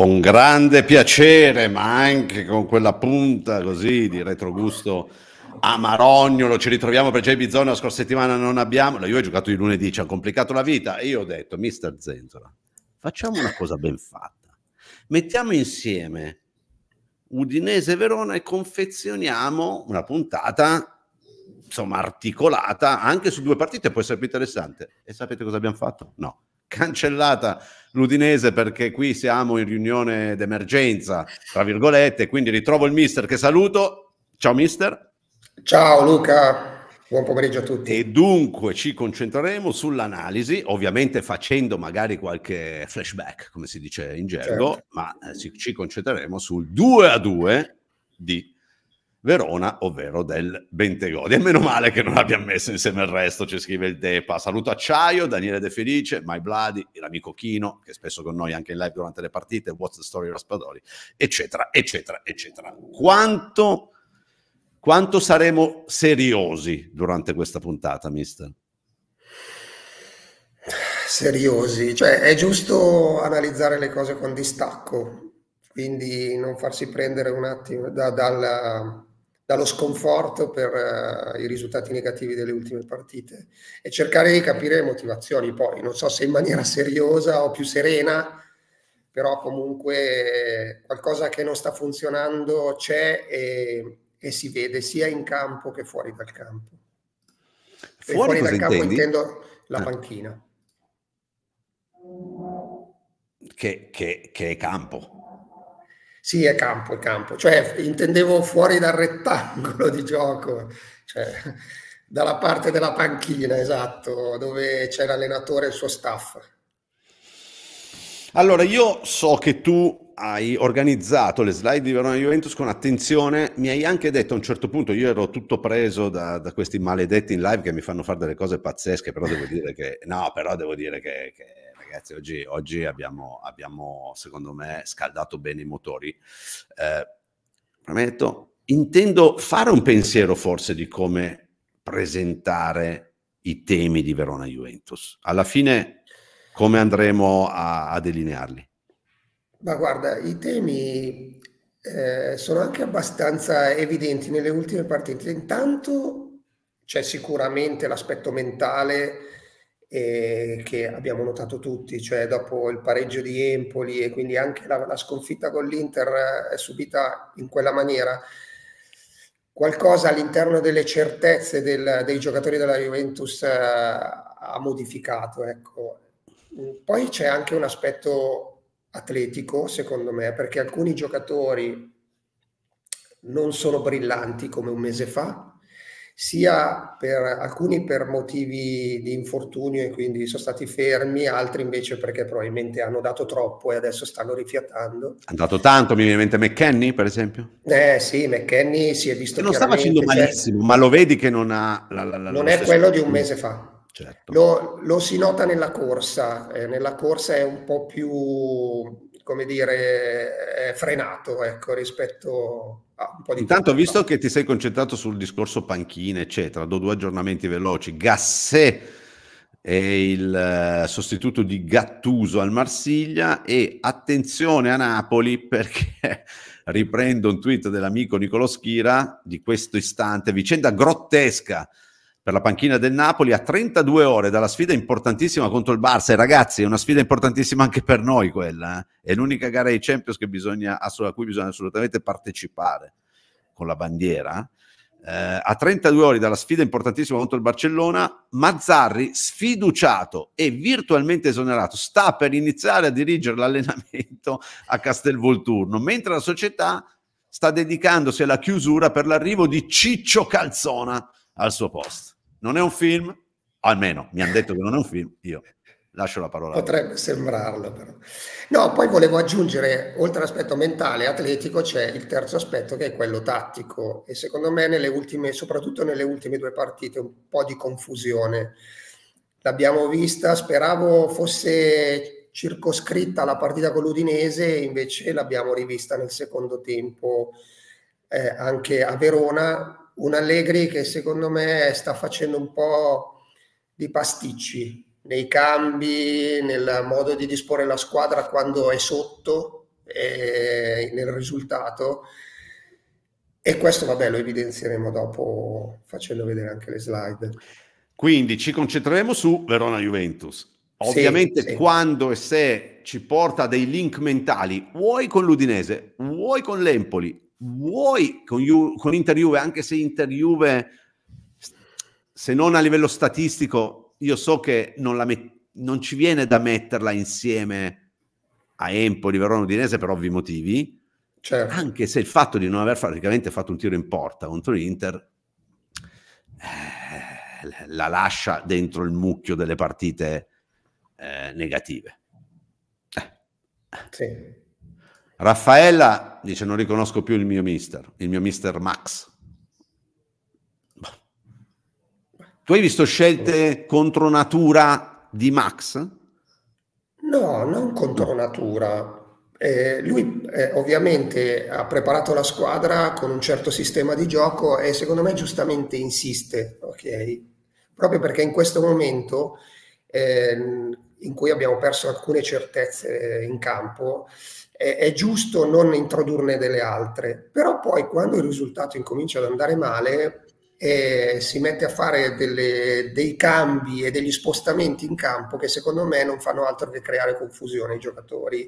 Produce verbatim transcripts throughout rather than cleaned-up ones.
con grande piacere, ma anche con quella punta così di retrogusto amarognolo. Ci ritroviamo per J B Zone, la scorsa settimana non abbiamo, la Juve ha giocato di lunedì, ci ha complicato la vita e io ho detto, mister Zenzola, facciamo una cosa ben fatta, mettiamo insieme Udinese e Verona e confezioniamo una puntata insomma articolata anche su due partite, può essere più interessante. E sapete cosa abbiamo fatto? No, cancellata l'Udinese perché qui siamo in riunione d'emergenza, tra virgolette, quindi ritrovo il mister che saluto. Ciao mister. Ciao Luca. Buon pomeriggio a tutti. E dunque ci concentreremo sull'analisi, ovviamente facendo magari qualche flashback, come si dice in gergo, certo. ma eh, ci, ci concentreremo sul due a due di Verona, ovvero del Bentegodi. E meno male che non abbiamo messo insieme il resto, ci scrive il Depa. Saluto Acciaio, Daniele De Felice, My Bloody, l'amico Chino, che è spesso con noi anche in live durante le partite, What's the Story Raspadori, eccetera, eccetera, eccetera. Quanto... Quanto saremo seriosi durante questa puntata, mister? Seriosi, cioè è giusto analizzare le cose con distacco, quindi non farsi prendere un attimo da, dal, dallo sconforto per uh, i risultati negativi delle ultime partite e cercare di capire le motivazioni. Poi non so se in maniera seriosa o più serena, però comunque qualcosa che non sta funzionando c'è e e si vede sia in campo che fuori dal campo. Fuori, fuori dal campo intendi? intendo la ah. panchina. Che, che, che è campo. Sì, è campo, è campo. Cioè, intendevo fuori dal rettangolo di gioco, cioè dalla parte della panchina, esatto, dove c'è l'allenatore e il suo staff. Allora, io so che tu hai organizzato le slide di Verona Juventus con attenzione, mi hai anche detto a un certo punto, io ero tutto preso da, da questi maledetti in live che mi fanno fare delle cose pazzesche, però devo dire che, no, però devo dire che, che ragazzi, oggi, oggi abbiamo, abbiamo, secondo me, scaldato bene i motori. Eh, prometto, intendo fare un pensiero forse di come presentare i temi di Verona Juventus. Alla fine, come andremo a, a delinearli? Ma guarda, i temi eh, sono anche abbastanza evidenti nelle ultime partite. Intanto c'è sicuramente l'aspetto mentale eh, che abbiamo notato tutti, cioè dopo il pareggio di Empoli e quindi anche la, la sconfitta con l'Inter è subita in quella maniera. Qualcosa all'interno delle certezze del, dei giocatori della Juventus eh, ha modificato, ecco. Poi c'è anche un aspetto atletico, secondo me, perché alcuni giocatori non sono brillanti come un mese fa, sia per alcuni per motivi di infortunio e quindi sono stati fermi, altri invece perché probabilmente hanno dato troppo e adesso stanno rifiatando. Ha dato tanto, mi viene in mente McKennie, per esempio? Eh sì, McKennie si è visto che non sta facendo malissimo, cioè, ma lo vedi che non ha... La, la, la, non è quello di un mese fa. Certo. Lo, lo si nota nella corsa, eh, nella corsa è un po' più, come dire, frenato, ecco, rispetto a un po' di Intanto, visto fa. che ti sei concentrato sul discorso panchine, eccetera, do due aggiornamenti veloci. Gasset è il uh, sostituto di Gattuso al Marsiglia e attenzione a Napoli perché riprendo un tweet dell'amico Niccolò Schira di questo istante, vicenda grottesca per la panchina del Napoli a trentadue ore dalla sfida importantissima contro il Barça. E ragazzi, è una sfida importantissima anche per noi quella, eh? È l'unica gara ai Champions che bisogna, a cui bisogna assolutamente partecipare con la bandiera. Eh, a trentadue ore dalla sfida importantissima contro il Barcellona, Mazzarri, sfiduciato e virtualmente esonerato, sta per iniziare a dirigere l'allenamento a Castelvolturno, mentre la società sta dedicandosi alla chiusura per l'arrivo di Ciccio Calzona al suo posto. Non è un film? Almeno mi hanno detto che non è un film, io lascio la parola. Potrebbe sembrarlo, però. No, poi volevo aggiungere, oltre all'aspetto mentale e atletico, c'è il terzo aspetto che è quello tattico e secondo me nelle ultime, soprattutto nelle ultime due partite, un po' di confusione. L'abbiamo vista, speravo fosse circoscritta la partita con l'Udinese, invece l'abbiamo rivista nel secondo tempo eh, anche a Verona. Un Allegri che secondo me sta facendo un po' di pasticci nei cambi, nel modo di disporre la squadra quando è sotto, eh, nel risultato, e questo vabbè lo evidenzieremo dopo facendo vedere anche le slide. Quindi ci concentreremo su Verona-Juventus. Ovviamente sì, sì. quando e se ci porta dei link mentali, vuoi con l'Udinese, vuoi con l'Empoli, vuoi con, Ju- con Inter-Juve, anche se Inter-Juve, se non a livello statistico, io so che non, la met- non ci viene da metterla insieme a Empoli, Verona, Udinese per ovvi motivi, Certo. Anche se il fatto di non aver praticamente fatto un tiro in porta contro l'Inter eh, la lascia dentro il mucchio delle partite eh, negative. Eh. Sì. Raffaella dice: non riconosco più il mio mister, il mio mister Max. Tu hai visto scelte contro natura di Max? No, non contro No. natura. Eh, lui eh, ovviamente ha preparato la squadra con un certo sistema di gioco e secondo me giustamente insiste, ok? Proprio perché in questo momento eh, in cui abbiamo perso alcune certezze in campo, è, è giusto non introdurne delle altre, però poi quando il risultato incomincia ad andare male e si mette a fare delle, dei cambi e degli spostamenti in campo che secondo me non fanno altro che creare confusione ai giocatori,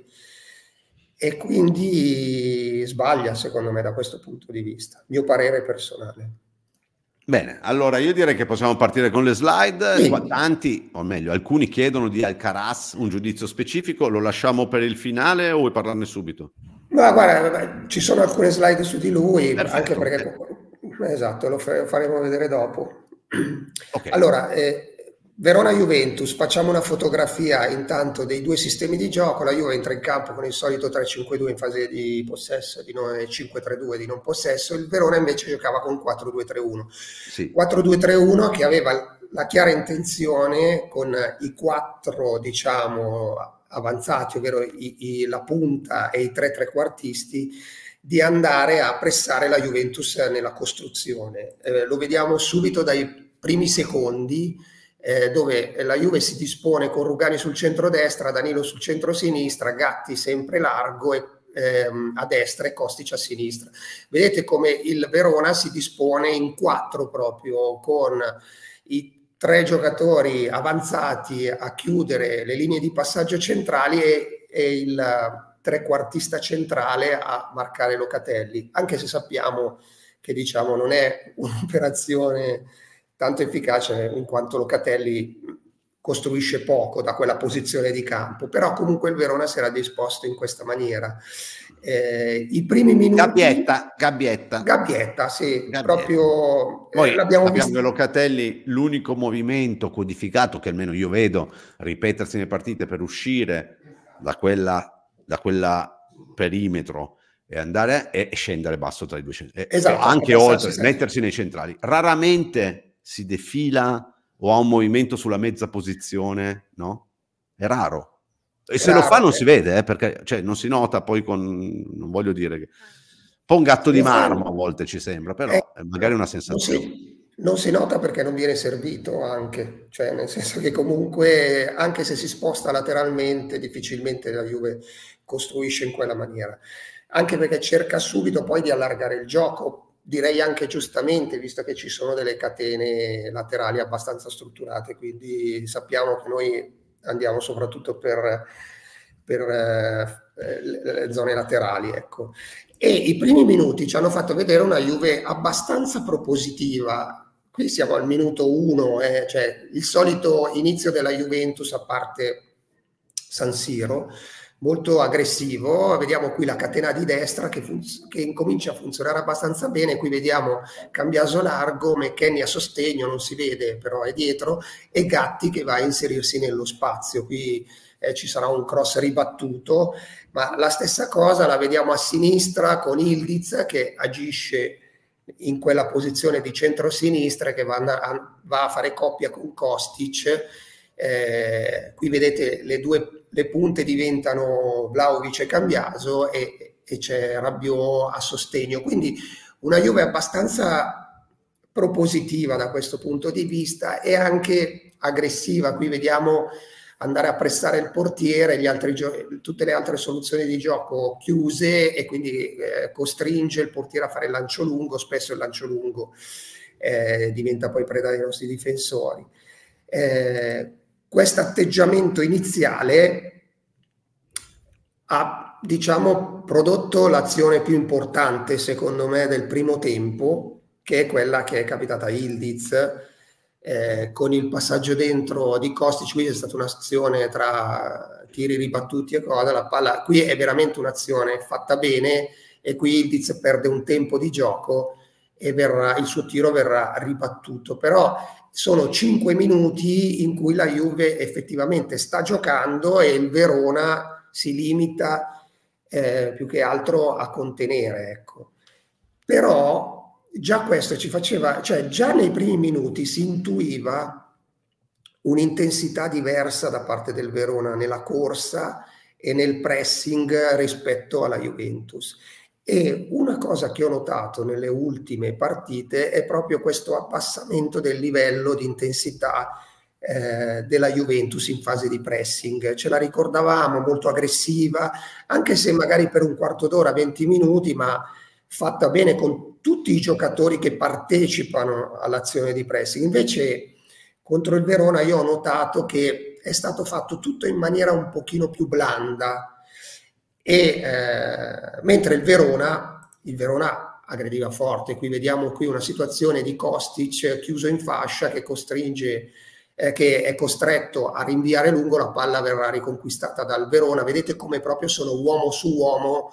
e quindi sbaglia secondo me da questo punto di vista, mio parere personale. Bene, allora io direi che possiamo partire con le slide. Sì. Qua tanti, o meglio, alcuni chiedono di Alcaraz un giudizio specifico, lo lasciamo per il finale o vuoi parlarne subito? Ma guarda, ci sono alcune slide su di lui, Perfetto. anche perché esatto, lo faremo vedere dopo. Okay. Allora, eh, Verona-Juventus, facciamo una fotografia intanto dei due sistemi di gioco. La Juve entra in campo con il solito tre cinque due in fase di possesso, di non, cinque tre due di non possesso. Il Verona invece giocava con quattro due tre uno. Sì. quattro due tre uno che aveva la chiara intenzione con i quattro, diciamo, avanzati, ovvero i, i, la punta e i tre trequartisti, di andare a pressare la Juventus nella costruzione. Eh, lo vediamo subito dai primi secondi, eh, dove la Juve si dispone con Rugani sul centro-destra, Danilo sul centro-sinistra, Gatti sempre largo e ehm, a destra e Kostic a sinistra. Vedete come il Verona si dispone in quattro proprio, con i tre giocatori avanzati a chiudere le linee di passaggio centrali e, e il trequartista centrale a marcare Locatelli, anche se sappiamo che diciamo non è un'operazione tanto efficace in quanto Locatelli costruisce poco da quella posizione di campo, però comunque il Verona si era disposto in questa maniera. Eh, i primi minuti... Gabbietta, Gabbietta. Gabbietta, sì, Gabbietta. proprio... Poi eh, l'abbiamo abbiamo visto... Locatelli, l'unico movimento codificato che almeno io vedo ripetersi nelle partite per uscire da quella, da quella perimetro e andare e scendere basso tra i due centrali, esatto, anche oltre, mettersi nei centrali. Raramente si defila o ha un movimento sulla mezza posizione, no? È raro. E se raro, lo fa non eh. si vede, eh, perché cioè, non si nota poi con... non voglio dire che... un po' un gatto di marmo a volte ci sembra, però eh, è magari una non sensazione. si, non si nota perché non viene servito anche, cioè nel senso che comunque anche se si sposta lateralmente difficilmente la Juve costruisce in quella maniera, anche perché cerca subito poi di allargare il gioco, direi anche giustamente, visto che ci sono delle catene laterali abbastanza strutturate, quindi sappiamo che noi andiamo soprattutto per, per eh, le zone laterali, ecco. E i primi minuti ci hanno fatto vedere una Juve abbastanza propositiva. Qui siamo al minuto uno, eh, cioè il solito inizio della Juventus a parte San Siro, molto aggressivo. Vediamo qui la catena di destra che, che incomincia a funzionare abbastanza bene. Qui vediamo Cambiaso largo, McKennie a sostegno, non si vede però è dietro, e Gatti che va a inserirsi nello spazio. Qui eh, ci sarà un cross ribattuto, ma la stessa cosa la vediamo a sinistra con Ildiz che agisce in quella posizione di centro-sinistra che va a, va a fare coppia con Kostic. Eh, qui vedete le due le punte diventano Vlahovic e Cambiaso e, e c'è Rabiot a sostegno, quindi una Juve abbastanza propositiva da questo punto di vista e anche aggressiva. Qui vediamo andare a pressare il portiere, gli altri tutte le altre soluzioni di gioco chiuse, e quindi eh, costringe il portiere a fare il lancio lungo. Spesso il lancio lungo eh, diventa poi preda dei nostri difensori. Eh, questo atteggiamento iniziale ha, diciamo, prodotto l'azione più importante, secondo me, del primo tempo, che è quella che è capitata a Yildiz, eh, con il passaggio dentro di Kostic. Qui è stata un'azione tra tiri ribattuti e cosa, la palla qui è veramente un'azione fatta bene, e qui Yildiz perde un tempo di gioco e verrà, il suo tiro verrà ribattuto. Però sono cinque minuti in cui la Juve effettivamente sta giocando e il Verona si limita eh, più che altro a contenere, ecco. Però già questo ci faceva, cioè già nei primi minuti si intuiva un'intensità diversa da parte del Verona nella corsa e nel pressing rispetto alla Juventus. E una cosa che ho notato nelle ultime partite è proprio questo abbassamento del livello di intensità eh, della Juventus in fase di pressing. Ce la ricordavamo molto aggressiva, anche se magari per un quarto d'ora, venti minuti, ma fatta bene con tutti i giocatori che partecipano all'azione di pressing. Invece contro il Verona io ho notato che è stato fatto tutto in maniera un pochino più blanda, e eh, mentre il Verona, il Verona aggrediva forte. Qui vediamo qui una situazione di Kostic chiuso in fascia che costringe, eh, che è costretto a rinviare lungo, la palla verrà riconquistata dal Verona. Vedete come proprio sono uomo su uomo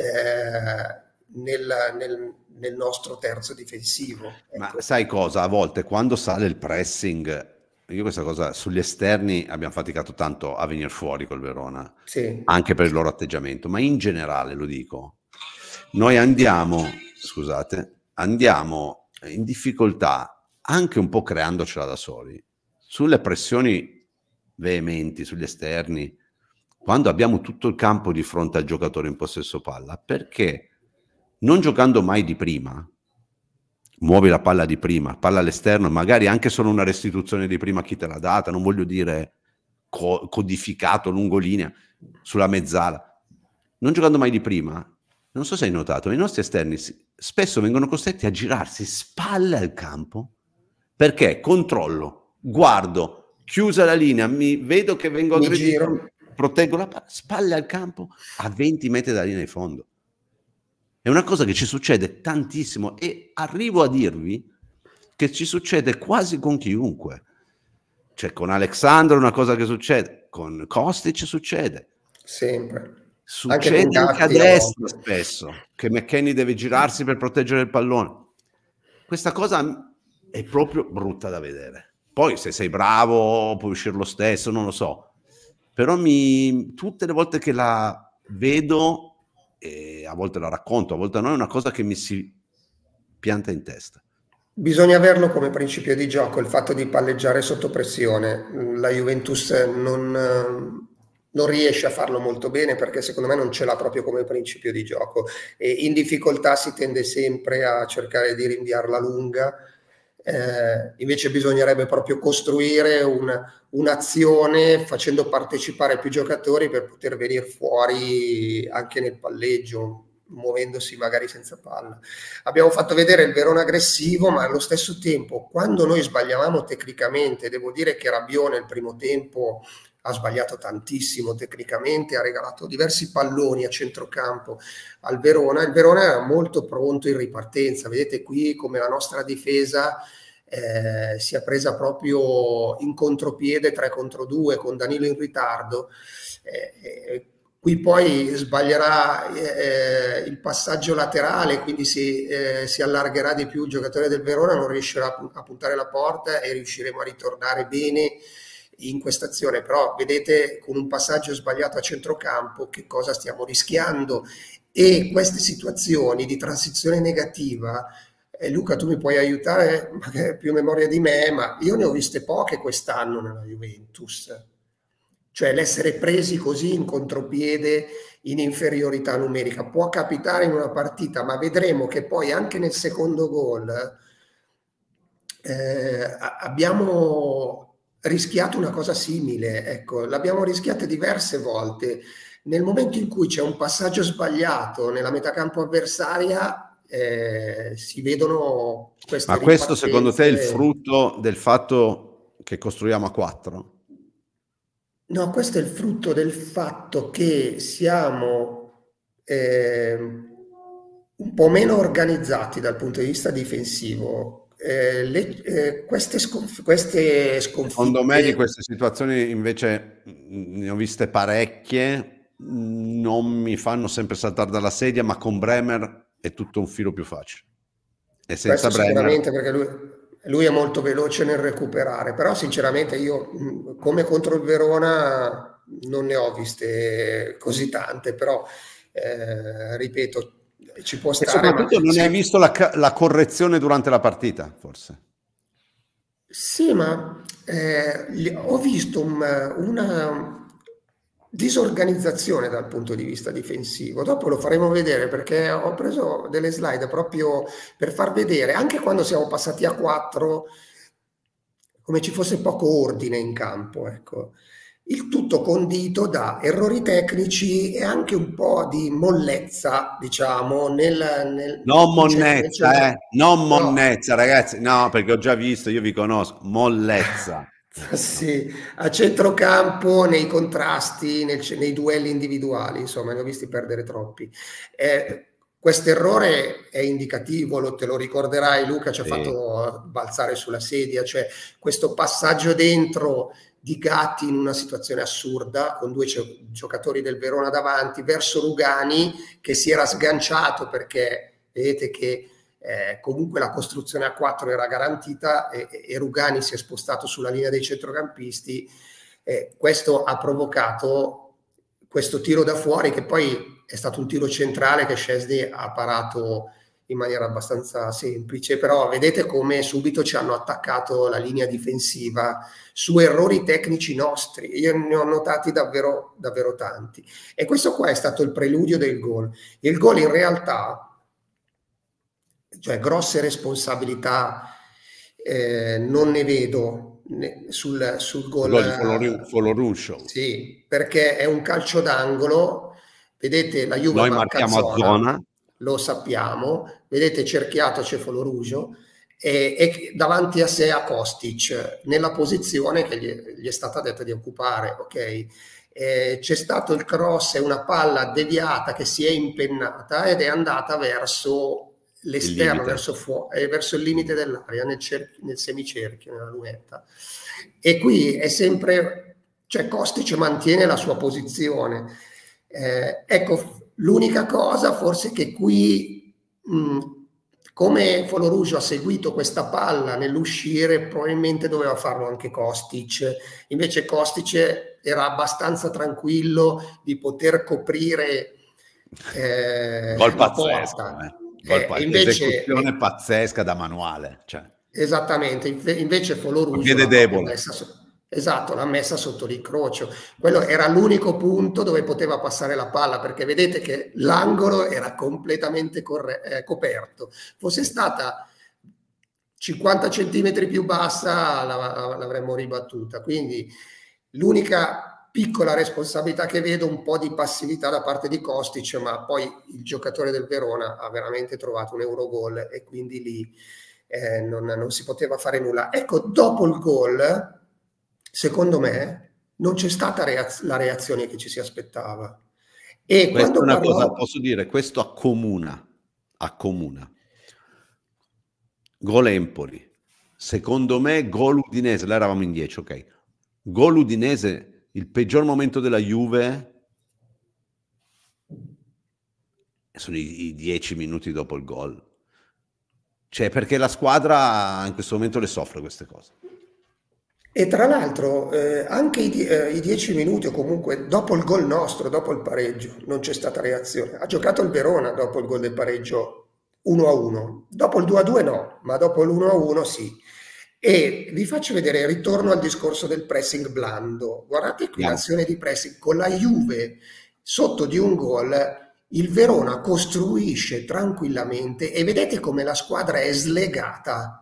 eh, nel, nel, nel nostro terzo difensivo. Ma ecco. sai cosa? A volte quando sale il pressing, io questa cosa sugli esterni abbiamo faticato tanto a venire fuori col Verona, Sì. Anche per il loro atteggiamento, ma in generale lo dico, noi andiamo, scusate, andiamo in difficoltà anche un po' creandocela da soli, sulle pressioni veementi, sugli esterni, quando abbiamo tutto il campo di fronte al giocatore in possesso palla, perché non giocando mai di prima, muovi la palla di prima, palla all'esterno, magari anche solo una restituzione di prima a chi te l'ha data, non voglio dire co codificato lungo linea, sulla mezzala, non giocando mai di prima, non so se hai notato, i nostri esterni spesso vengono costretti a girarsi spalle al campo, perché controllo, guardo, chiusa la linea, mi vedo che vengo aggredito, proteggo la palla, spalle al campo a venti metri dalla linea di fondo. È una cosa che ci succede tantissimo, e arrivo a dirvi che ci succede quasi con chiunque. Cioè con Alexandro è una cosa che succede, con Kostic succede. Sempre. Succede anche, anche a destra spesso, che McKennie deve girarsi per proteggere il pallone. Questa cosa è proprio brutta da vedere. Poi se sei bravo puoi uscire lo stesso, non lo so. Però mi, tutte le volte che la vedo, e a volte la racconto, a volte no, è una cosa che mi si pianta in testa. Bisogna averlo come principio di gioco, il fatto di palleggiare sotto pressione. La Juventus non, non riesce a farlo molto bene, perché secondo me non ce l'ha proprio come principio di gioco, e in difficoltà si tende sempre a cercare di rinviarla lunga. Eh, invece bisognerebbe proprio costruire un'azione un facendo partecipare più giocatori per poter venire fuori anche nel palleggio, muovendosi magari senza palla. Abbiamo fatto vedere il Verona aggressivo, ma allo stesso tempo, quando noi sbagliavamo tecnicamente, devo dire che Rabiot nel primo tempo ha sbagliato tantissimo tecnicamente, ha regalato diversi palloni a centrocampo al Verona. Il Verona era molto pronto in ripartenza. Vedete qui come la nostra difesa eh, si è presa proprio in contropiede tre contro due con Danilo in ritardo. Eh, eh, Qui poi sbaglierà eh, il passaggio laterale, quindi si, eh, si allargherà di più il giocatore del Verona, non riuscirà a puntare la porta e riusciremo a ritornare bene in questa azione. Però vedete, con un passaggio sbagliato a centrocampo, che cosa stiamo rischiando. E queste situazioni di transizione negativa, eh, Luca, tu mi puoi aiutare, magari più memoria di me, ma io ne ho viste poche quest'anno nella Juventus. Cioè l'essere presi così in contropiede, in inferiorità numerica, può capitare in una partita, ma vedremo che poi anche nel secondo gol eh, abbiamo rischiato una cosa simile, ecco, l'abbiamo rischiata diverse volte. Nel momento in cui c'è un passaggio sbagliato nella metacampo avversaria, eh, si vedono queste Ma questo secondo te è il ripartenze. frutto del fatto che costruiamo a quattro? No, questo è il frutto del fatto che siamo eh, un po' meno organizzati dal punto di vista difensivo. Eh, le- eh, queste, sconf- queste Secondo me di sconfitte. queste situazioni invece mh, ne ho viste parecchie, mh, non mi fanno sempre saltare dalla sedia, ma con Bremer è tutto un filo più facile. E senza Questo Bremer, sicuramente, perché lui, lui è molto veloce nel recuperare, però sinceramente io mh, come contro il Verona non ne ho viste così tante, però eh, ripeto, ci può e stare, ma soprattutto non hai se, visto la, ca- la correzione durante la partita, forse. sì, ma eh, li- ho visto un- una disorganizzazione dal punto di vista difensivo. Dopo lo faremo vedere perché ho preso delle slide proprio per far vedere, anche quando siamo passati a quattro, come ci fosse poco ordine in campo, ecco. Il tutto condito da errori tecnici e anche un po' di mollezza, diciamo, nel, nel, Non in ce- nel monnezza, centro. eh? Non No, monnezza, ragazzi. No, perché ho già visto, io vi conosco. Mollezza. No. sì, a centrocampo, nei contrasti, nel- nei duelli individuali, insomma, ne ho visti perdere troppi. Eh, questo errore è indicativo, lo, te lo ricorderai, Luca ci ha Sì. fatto balzare sulla sedia, cioè questo passaggio dentro di Gatti in una situazione assurda, con due giocatori del Verona davanti, verso Rugani, che si era sganciato perché vedete che eh, comunque la costruzione a quattro era garantita e, e Rugani si è spostato sulla linea dei centrocampisti. Eh, questo ha provocato questo tiro da fuori che poi è stato un tiro centrale che Szczesny ha parato in maniera abbastanza semplice, però vedete come subito ci hanno attaccato la linea difensiva su errori tecnici nostri. Io ne ho notati davvero, davvero tanti. E questo qua è stato il preludio del gol. Il gol in realtà, cioè grosse responsabilità eh, non ne vedo ne, sul, sul Il gol. gol di Foloruscio. Sì, perché è un calcio d'angolo, vedete la Juve Noi marca marchiamo a zona, zona. lo sappiamo, vedete cerchiato c'è Foloruscio e, e davanti a sé a Kostic nella posizione che gli, gli è stata detta di occupare, ok? Eh, c'è stato il cross e una palla deviata che si è impennata ed è andata verso Il l'esterno, limite. verso, fu- eh, verso il limite dell'area, nel, cer- nel semicerchio, nella lunetta. E qui è sempre, cioè Kostic mantiene la sua posizione. Eh, ecco, l'unica cosa forse che qui, mh, come Folorusio ha seguito questa palla nell'uscire, probabilmente doveva farlo anche Kostic. Invece Kostic era abbastanza tranquillo di poter coprire eh, Gol la pazzesco, porta. eh. Gol Eh, pa- invece, esecuzione eh, pazzesca da manuale. Cioè, esattamente, invece a Folorusio piede l'ha proprio debole. messa, so- esatto, l'ha messa sotto l'incrocio. Quello era l'unico punto dove poteva passare la palla, perché vedete che l'angolo era completamente corre- eh, coperto. Fosse stata cinquanta centimetri più bassa, la- l'avremmo ribattuta. Quindi l'unica piccola responsabilità che vedo, un po' di passività da parte di Kostic, ma poi il giocatore del Verona ha veramente trovato un Eurogol e quindi lì eh, non, non si poteva fare nulla. Ecco, dopo il gol, secondo me, non c'è stata reaz- la reazione che ci si aspettava. E Questa è quando una cosa, parlò, posso dire, questo accomuna, accomuna. Gol Empoli. Secondo me, gol Udinese, là eravamo in dieci, ok. Gol Udinese, il peggior momento della Juve sono i, i dieci minuti dopo il gol. Cioè, perché la squadra in questo momento le soffre queste cose. e tra l'altro eh, anche i, die- eh, i dieci minuti o comunque dopo il gol nostro, dopo il pareggio, non c'è stata reazione. Ha giocato il Verona dopo il gol del pareggio uno a uno. Dopo il due a due no, ma dopo l'uno a uno sì. E vi faccio vedere, ritorno al discorso del pressing blando. Guardate qui Andiamo. l'azione di pressing con la Juve sotto di un gol, il Verona costruisce tranquillamente e vedete come la squadra è slegata.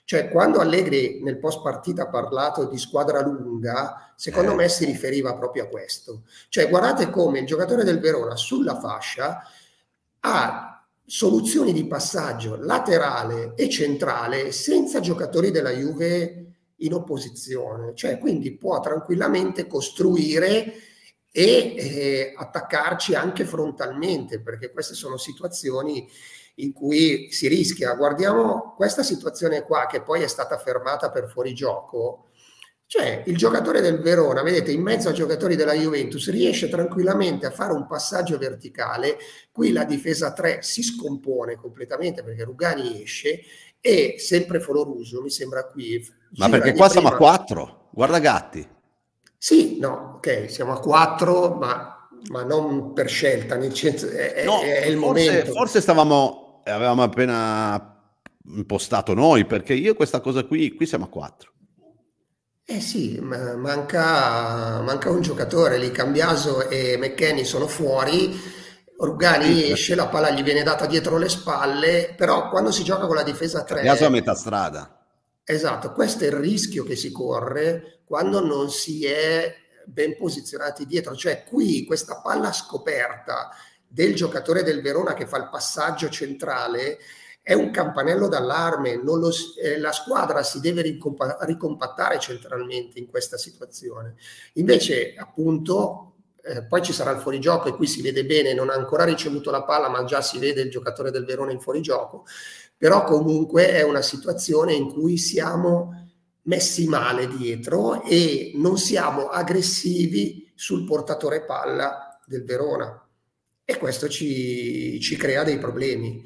Cioè, quando Allegri nel post partita ha parlato di squadra lunga, secondo Eh. me si riferiva proprio a questo. Cioè, guardate come il giocatore del Verona sulla fascia ha soluzioni di passaggio laterale e centrale senza giocatori della Juve in opposizione. Cioè, quindi può tranquillamente costruire e eh, attaccarci anche frontalmente, perché queste sono situazioni in cui si rischia. Guardiamo questa situazione qua, che poi è stata fermata per fuorigioco. Cioè, il giocatore del Verona, vedete, in mezzo ai giocatori della Juventus, riesce tranquillamente a fare un passaggio verticale. Qui la difesa tre si scompone completamente perché Rugani esce e sempre Foloruso, mi sembra qui. Ma perché qua siamo a quattro, guarda Gatti. Sì, no, ok, siamo a quattro, ma, ma non per scelta, nel senso, è, no, è il forse, momento. Forse stavamo, avevamo appena impostato noi, perché io questa cosa qui, qui siamo a quattro. Eh sì, ma manca, manca un giocatore lì, Cambiaso e McKennie sono fuori, Rugani Sì, esce, la palla gli viene data dietro le spalle, però quando si gioca con la difesa Cambiaso a tre, metà strada. esatto, questo è il rischio che si corre quando non si è ben posizionati dietro, cioè qui questa palla scoperta del giocatore del Verona che fa il passaggio centrale è un campanello d'allarme, non lo, eh, la squadra si deve ricompa- ricompattare centralmente in questa situazione. Invece, appunto, eh, poi ci sarà il fuorigioco e qui si vede bene, non ha ancora ricevuto la palla, ma già si vede il giocatore del Verona in fuorigioco, però comunque è una situazione in cui siamo messi male dietro e non siamo aggressivi sul portatore palla del Verona e questo ci, ci crea dei problemi.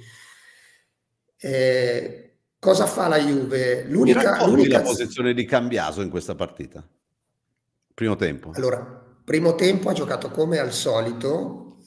Eh, cosa fa la Juve? Mi L'unica, racconti la l'unica... posizione di Cambiaso in questa partita? Primo tempo. Allora, primo tempo ha giocato come al solito,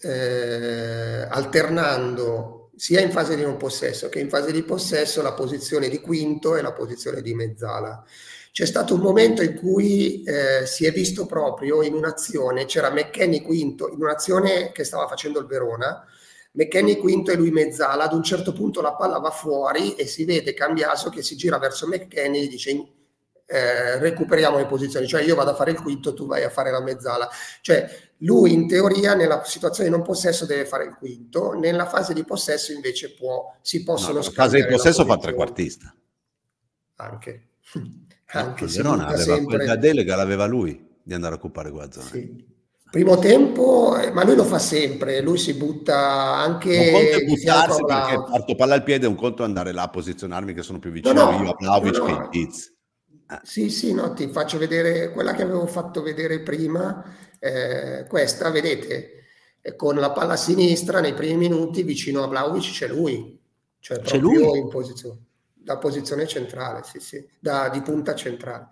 eh, alternando sia in fase di non possesso che in fase di possesso la posizione di quinto e la posizione di mezzala. C'è stato un momento in cui eh, si è visto proprio in un'azione, c'era McKennie quinto, in un'azione che stava facendo il Verona, McKennie quinto e lui mezzala, ad un certo punto la palla va fuori e si vede Cambiaso che si gira verso McKennie e dice eh, recuperiamo le posizioni, cioè io vado a fare il quinto, tu vai a fare la mezzala, cioè lui in teoria nella situazione di non possesso deve fare il quinto, nella fase di possesso invece può, si possono no, scambiare. La fase di possesso fa trequartista. Anche. No, Anche il si Verona butta aveva sempre. quella delega, l'aveva lui di andare a occupare quella zona. Sì. Primo tempo, ma lui lo fa sempre, lui si butta anche un conto è di fianco a buttarsi perché Vlahovic. parto palla al piede, un conto è andare là a posizionarmi che sono più vicino no, no, io a Vlahovic no, che no. il Diz. Eh. Sì, sì, no, ti faccio vedere quella che avevo fatto vedere prima, eh, questa, vedete, con la palla a sinistra nei primi minuti vicino a Vlahovic c'è lui, cioè C'è proprio lui? in posizione, da posizione centrale, sì, sì, da, di punta centrale.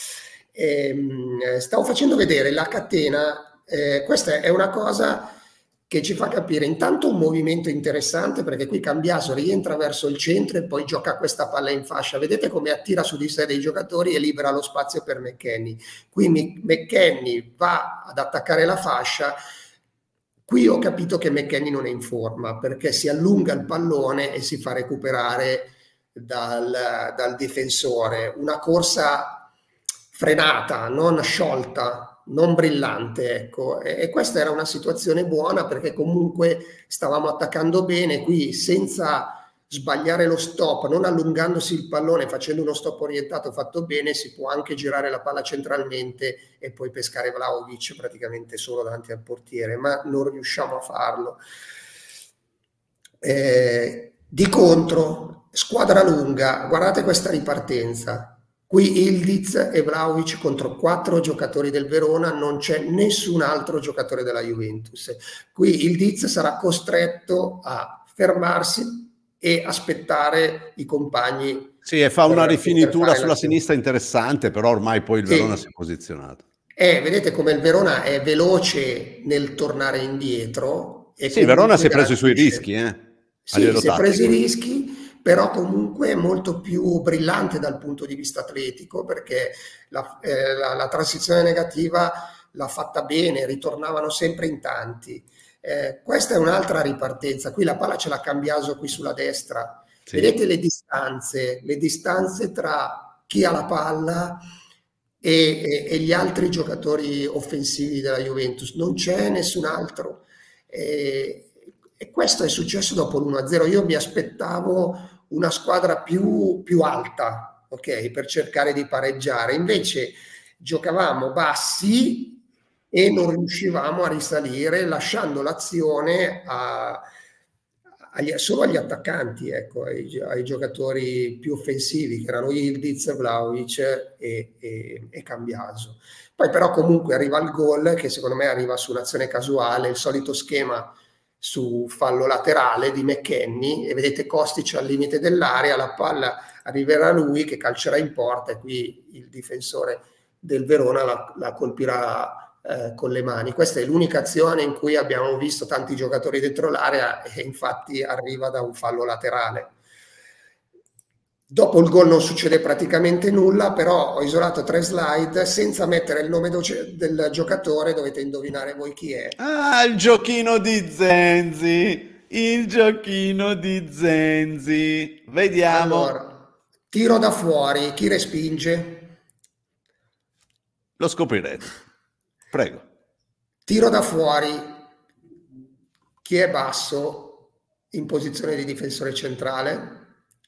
E, stavo facendo vedere la catena, eh, questa è una cosa che ci fa capire intanto un movimento interessante, perché qui Cambiaso rientra verso il centro e poi gioca questa palla in fascia, vedete come attira su di sé dei giocatori e libera lo spazio per McKennie. Qui McKennie va ad attaccare la fascia, qui ho capito che McKennie non è in forma perché si allunga il pallone e si fa recuperare dal, dal difensore, una corsa frenata, non sciolta, non brillante, ecco. E, e questa era una situazione buona perché comunque stavamo attaccando bene qui senza sbagliare lo stop, non allungandosi il pallone, facendo uno stop orientato fatto bene, si può anche girare la palla centralmente e poi pescare Vlahovic praticamente solo davanti al portiere, ma non riusciamo a farlo. Eh, di contro, squadra lunga, guardate questa ripartenza. Qui Ildiz e Vlahovic contro quattro giocatori del Verona, non c'è nessun altro giocatore della Juventus. Qui Ildiz sarà costretto a fermarsi e aspettare i compagni. Sì, e fa una rifinitura sulla sinistra interessante, però ormai poi il Verona sì. si è posizionato. Eh, vedete come il Verona è veloce nel tornare indietro. E sì, il Verona si è preso i suoi rischi, eh? Sì, si è preso i rischi, però comunque è molto più brillante dal punto di vista atletico, perché la, eh, la, la transizione negativa l'ha fatta bene, ritornavano sempre in tanti. Eh, questa è un'altra ripartenza, qui la palla ce l'ha Cambiaso qui sulla destra, Sì. Vedete le distanze, le distanze tra chi ha la palla e, e, e gli altri giocatori offensivi della Juventus, non c'è nessun altro. E, e questo è successo dopo l'uno a zero. Io mi aspettavo una squadra più, più alta, ok, per cercare di pareggiare. Invece giocavamo bassi e non riuscivamo a risalire, lasciando l'azione a, agli, solo agli attaccanti, ecco, ai, ai giocatori più offensivi, che erano Yildiz, Vlahovic e, e, e Cambiaso. Poi però comunque arriva il gol, che secondo me arriva su un'azione casuale, il solito schema su fallo laterale di McKennie, e vedete Kostic al limite dell'area, la palla arriverà lui che calcerà in porta e qui il difensore del Verona la, la colpirà eh, con le mani. Questa è l'unica azione in cui abbiamo visto tanti giocatori dentro l'area e infatti arriva da un fallo laterale. Dopo il gol non succede praticamente nulla, però ho isolato tre slide senza mettere il nome del giocatore, dovete indovinare voi chi è. Ah, il giochino di Zenzi, il giochino di Zenzi. Vediamo. Allora, tiro da fuori, chi respinge? Lo scoprirete. Prego. Tiro da fuori, chi è basso in posizione di difensore centrale?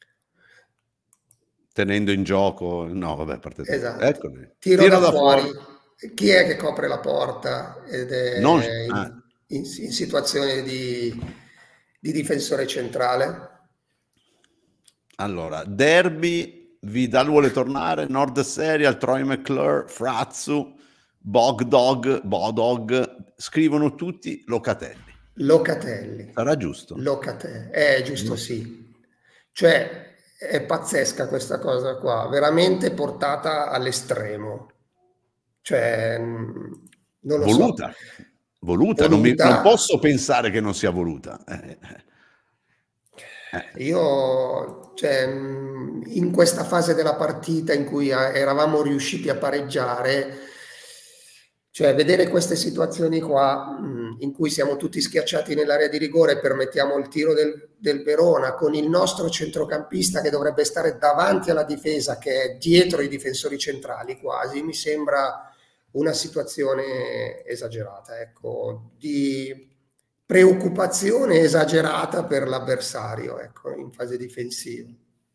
Tenendo in gioco, no, vabbè, partite. Esatto. Eccoli. Tiro, Tiro da, da fuori. fuori, chi è che copre la porta ed è non... in, ah. in, in situazione di, di difensore centrale? Allora, Derby, Vidal vuole tornare, Nord Serial, Troy McClure, Frazzu, Bogdog, Bodog, scrivono tutti Locatelli. Locatelli. Sarà giusto? Locatelli, è giusto, sì. Cioè, è pazzesca questa cosa qua, veramente portata all'estremo. Cioè, non lo voluta. so. Voluta, voluta. Non, mi, non posso pensare che non sia voluta. Eh. Eh. Io, cioè, in questa fase della partita in cui eravamo riusciti a pareggiare, cioè vedere queste situazioni qua in cui siamo tutti schiacciati nell'area di rigore e permettiamo il tiro del, del Verona con il nostro centrocampista che dovrebbe stare davanti alla difesa, che è dietro i difensori centrali quasi, mi sembra una situazione esagerata, ecco, di preoccupazione esagerata per l'avversario, ecco, in fase difensiva.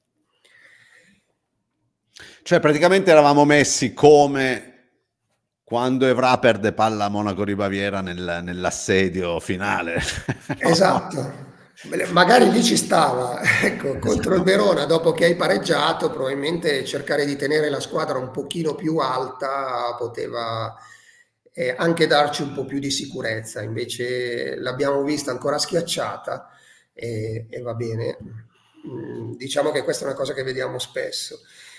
Cioè praticamente eravamo messi come quando Evra perde palla a Monaco di Baviera nel, nell'assedio finale. Esatto, magari lì ci stava, ecco, contro il Verona dopo che hai pareggiato probabilmente cercare di tenere la squadra un pochino più alta poteva eh, anche darci un po' più di sicurezza, invece l'abbiamo vista ancora schiacciata e, e va bene, diciamo che questa è una cosa che vediamo spesso.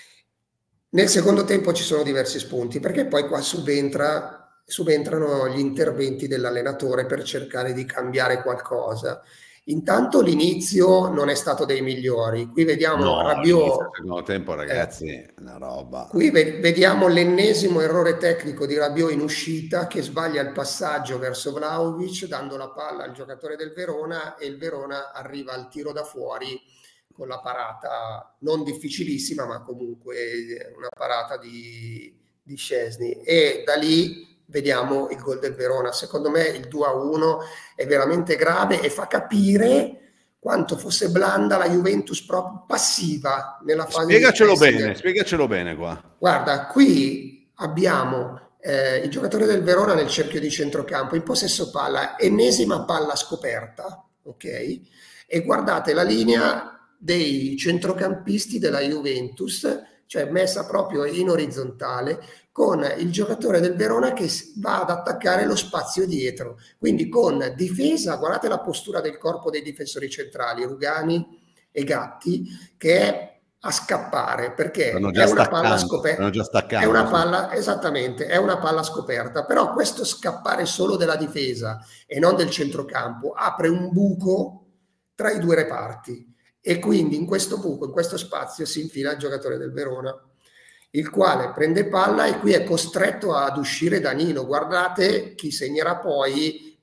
Nel secondo tempo ci sono diversi spunti, perché poi qua subentra, subentrano gli interventi dell'allenatore per cercare di cambiare qualcosa. Intanto l'inizio non è stato dei migliori. Qui vediamo no, Rabiot. Nel secondo tempo, ragazzi, eh, una roba. Qui vediamo l'ennesimo errore tecnico di Rabiot in uscita, che sbaglia il passaggio verso Vlahovic, dando la palla al giocatore del Verona, e il Verona arriva al tiro da fuori con la parata non difficilissima, ma comunque una parata di, di Szczesny, e da lì vediamo il gol del Verona. Secondo me il due a uno è veramente grave e fa capire quanto fosse blanda la Juventus, proprio passiva nella fase. Spiegacelo di bene, spiegacelo bene qua. Guarda, qui abbiamo eh, il giocatore del Verona nel cerchio di centrocampo, in possesso palla, ennesima palla scoperta, ok? E guardate la linea dei centrocampisti della Juventus, cioè messa proprio in orizzontale, con il giocatore del Verona che va ad attaccare lo spazio dietro, quindi con difesa, guardate la postura del corpo dei difensori centrali, Rugani e Gatti, che è a scappare, perché è una palla scoperta, è una palla, esattamente, è una palla scoperta, però questo scappare solo della difesa e non del centrocampo apre un buco tra i due reparti. E quindi in questo buco, in questo spazio, si infila il giocatore del Verona, il quale prende palla e qui è costretto ad uscire Danilo. Guardate chi segnerà poi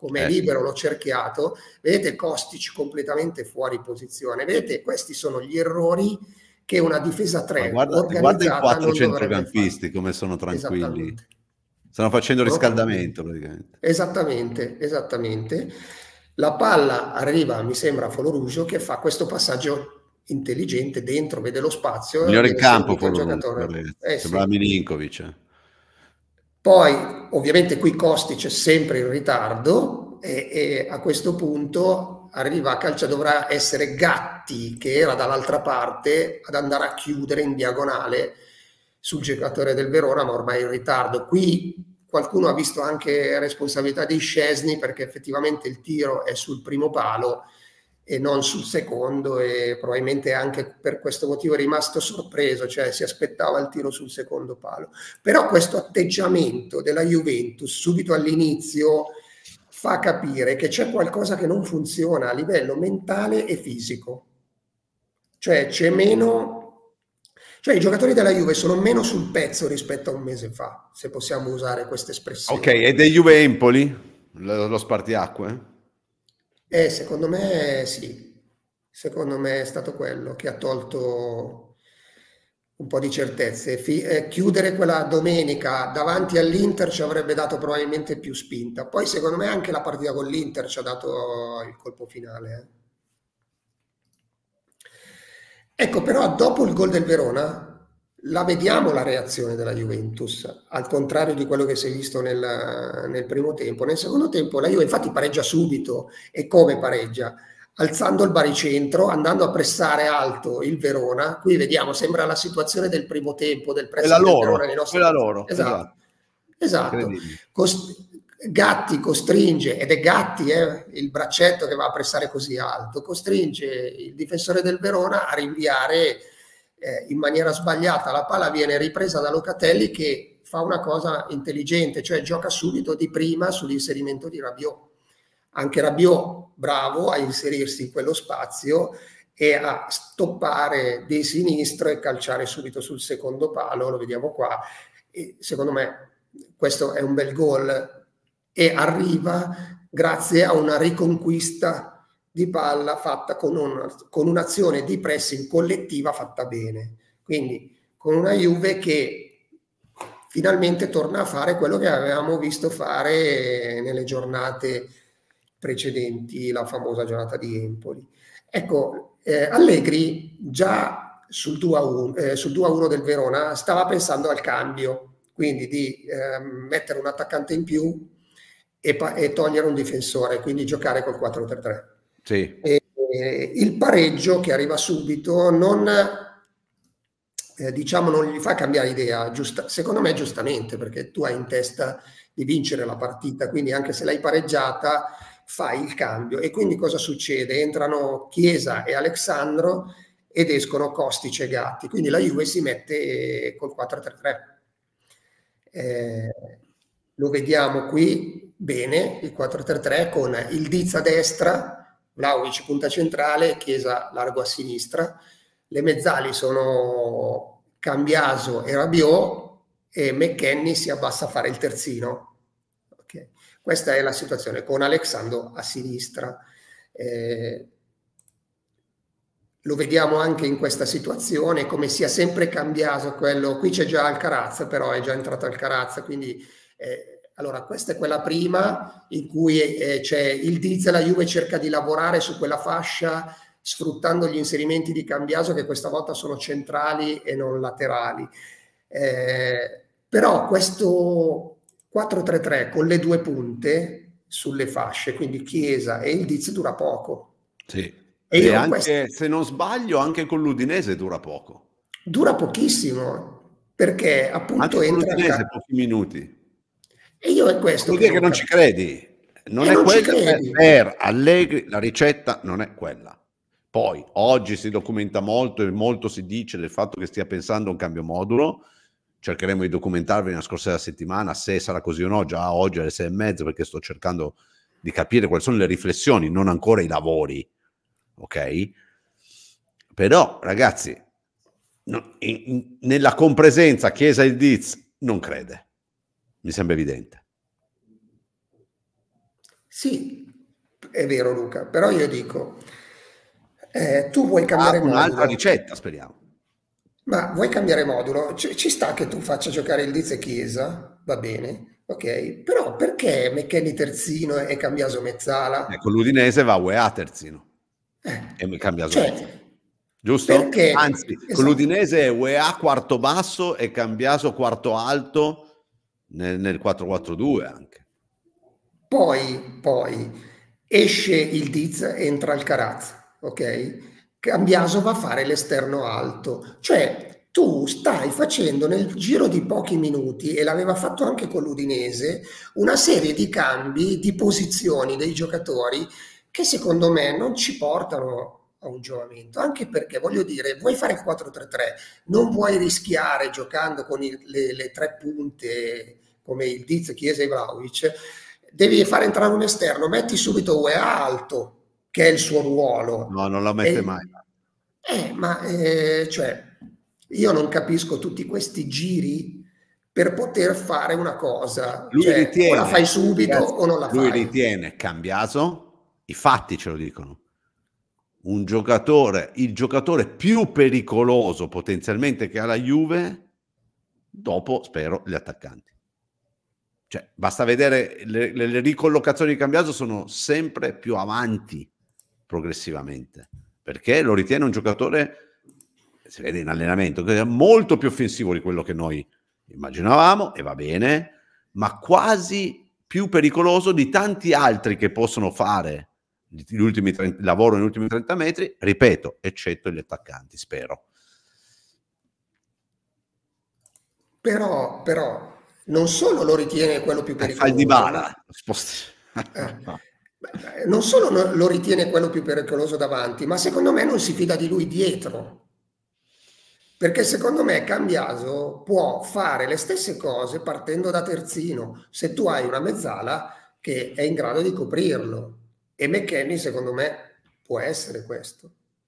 come Eh, libero l'ho cerchiato, vedete Kostic completamente fuori posizione, vedete questi sono gli errori che una difesa ma tre guarda, guarda i organizzata quattro non dovrebbe fare. centrocampisti come sono tranquilli. Esattamente. Stanno facendo Sono riscaldamento tranquilli. praticamente. Esattamente, esattamente. La palla arriva, mi sembra, a Folorusio che fa questo passaggio intelligente dentro, vede lo spazio, Migliore in viene campo seguito il Folorusio, giocatore. ragazzi. Eh Sembrava sì. Milinkovic. eh. Poi, ovviamente, qui Kostic è sempre in ritardo e, e a questo punto arriva a calcio, dovrà essere Gatti, che era dall'altra parte, ad andare a chiudere in diagonale sul giocatore del Verona, ma ormai in ritardo. Qui qualcuno ha visto anche responsabilità di Szczesny, perché effettivamente il tiro è sul primo palo e non sul secondo, e probabilmente anche per questo motivo è rimasto sorpreso, cioè si aspettava il tiro sul secondo palo. Però questo atteggiamento della Juventus subito all'inizio fa capire che c'è qualcosa che non funziona a livello mentale e fisico. Cioè c'è meno... Cioè i giocatori della Juve sono meno sul pezzo rispetto a un mese fa, se possiamo usare questa espressione. Ok, e dei Juve Empoli? Lo, lo spartiacque? Eh, secondo me sì, secondo me è stato quello che ha tolto un po' di certezze. Fi- eh, chiudere quella domenica davanti all'Inter ci avrebbe dato probabilmente più spinta. Poi secondo me anche la partita con l'Inter ci ha dato il colpo finale. eh. Ecco, però dopo il gol del Verona la vediamo la reazione della Juventus, al contrario di quello che si è visto nel, nel primo tempo. Nel secondo tempo la Juve infatti pareggia subito, e come pareggia? Alzando il baricentro, andando a pressare alto il Verona. Qui vediamo, sembra la situazione del primo tempo, del Quella pressing del Verona loro, nei nostri quella confronti. loro, Esatto, esatto. esatto. Incredibile. Cost- Gatti costringe, ed è Gatti eh, il braccetto che va a pressare così alto, costringe il difensore del Verona a rinviare eh, in maniera sbagliata. La palla viene ripresa da Locatelli, che fa una cosa intelligente, cioè gioca subito di prima sull'inserimento di Rabiot. Anche Rabiot bravo a inserirsi in quello spazio e a stoppare di sinistro e calciare subito sul secondo palo, lo vediamo qua, e secondo me questo è un bel gol, e arriva grazie a una riconquista di palla fatta con, un, con un'azione di pressing collettiva fatta bene, quindi con una Juve che finalmente torna a fare quello che avevamo visto fare nelle giornate precedenti, la famosa giornata di Empoli. Ecco, eh, Allegri già sul due a uno, eh, sul due a uno del Verona stava pensando al cambio, quindi di eh, mettere un attaccante in più e, e togliere un difensore, quindi giocare col quattro tre tre. Sì. E, e il pareggio che arriva subito non, eh, diciamo, non gli fa cambiare idea, giusta, secondo me giustamente, perché tu hai in testa di vincere la partita, quindi anche se l'hai pareggiata fai il cambio. E quindi cosa succede? Entrano Chiesa e Alexandro ed escono Kostic e Gatti, quindi la Juve si mette col quattro tre tre. Eh, lo vediamo qui bene, il quattro tre tre con il Diz a destra, Vlahovic punta centrale, Chiesa largo a sinistra. Le mezzali sono Cambiaso e Rabiot, e McKennie si abbassa a fare il terzino. Okay. Questa è la situazione con Alexandro a sinistra. Eh, lo vediamo anche in questa situazione, come sia sempre Cambiaso quello. Qui c'è già Alcaraz, però è già entrato Alcaraz, quindi eh, allora questa è quella prima in cui eh, c'è il Diz, la Juve cerca di lavorare su quella fascia sfruttando gli inserimenti di Cambiaso, che questa volta sono centrali e non laterali. Eh, però questo quattro tre tre con le due punte sulle fasce, quindi Chiesa e il Diz, dura poco. Sì. E, e io anche, questo, se non sbaglio, anche con l'Udinese dura poco. dura pochissimo, perché appunto Anche con entra il l'Udinese ca- pochi minuti. e io è questo Vuol che dire che non non ci capisco. credi. Non E è non ci quella per, credi. per Allegri, la ricetta non è quella. Poi oggi si documenta molto e molto si dice del fatto che stia pensando a un cambio modulo. Cercheremo di documentarvi nella scorsa settimana se sarà così o no, già oggi alle sei e mezzo, perché sto cercando di capire quali sono le riflessioni, non ancora i lavori, ok? Però ragazzi, no, in, in, nella compresenza Chiesa e Diz non crede, mi sembra evidente. Sì, è vero Luca, però io dico, eh, tu vuoi cambiare Ah, un'altra modulo, ricetta, speriamo. ma vuoi cambiare modulo? Ci, ci sta che tu faccia giocare il Diz e Chiesa, va bene, ok, però perché McKennie terzino e Cambiaso mezzala? Ecco, l'Udinese va a U E A terzino Eh, e Cambiaso mezzala. cioè, Giusto? perché? Anzi, con Esatto. l'Udinese è U E A quarto basso e Cambiaso quarto alto nel, nel quattro quattro due anche. Poi, poi esce il Diz, entra il Caraz, ok? Cambiaso va a fare l'esterno alto, cioè tu stai facendo nel giro di pochi minuti, e l'aveva fatto anche con l'Udinese, una serie di cambi di posizioni dei giocatori che secondo me non ci portano a un giovamento, anche perché voglio dire, vuoi fare il quattro tre tre, non vuoi rischiare giocando con il, le, le tre punte come il Diz, Chiesa e Vlahovic, devi fare entrare un esterno, metti subito U E A alto, che è il suo ruolo. No, non la mette E, mai. eh, ma eh, cioè, io non capisco tutti questi giri per poter fare una cosa, Lui cioè o la fai ritiene, subito ragazzi, o non la lui fai. ritiene Cambiaso, i fatti ce lo dicono, un giocatore, il giocatore più pericoloso potenzialmente che ha la Juve, dopo, spero, gli attaccanti. Cioè, basta vedere, le, le, le ricollocazioni di Cambiaso sono sempre più avanti progressivamente, perché lo ritiene un giocatore, si vede in allenamento, che è molto più offensivo di quello che noi immaginavamo, e va bene, ma quasi più pericoloso di tanti altri che possono fare gli ultimi trenta, lavoro negli ultimi trenta metri, ripeto, eccetto gli attaccanti, spero. Però, però non solo lo ritiene quello più Eh, fa il pericoloso, ma Dybala, sposti. eh, beh, non solo no- lo ritiene quello più pericoloso davanti, ma secondo me non si fida di lui dietro. Perché secondo me Cambiaso può fare le stesse cose partendo da terzino, se tu hai una mezzala che è in grado di coprirlo. E McKennie secondo me può essere questo.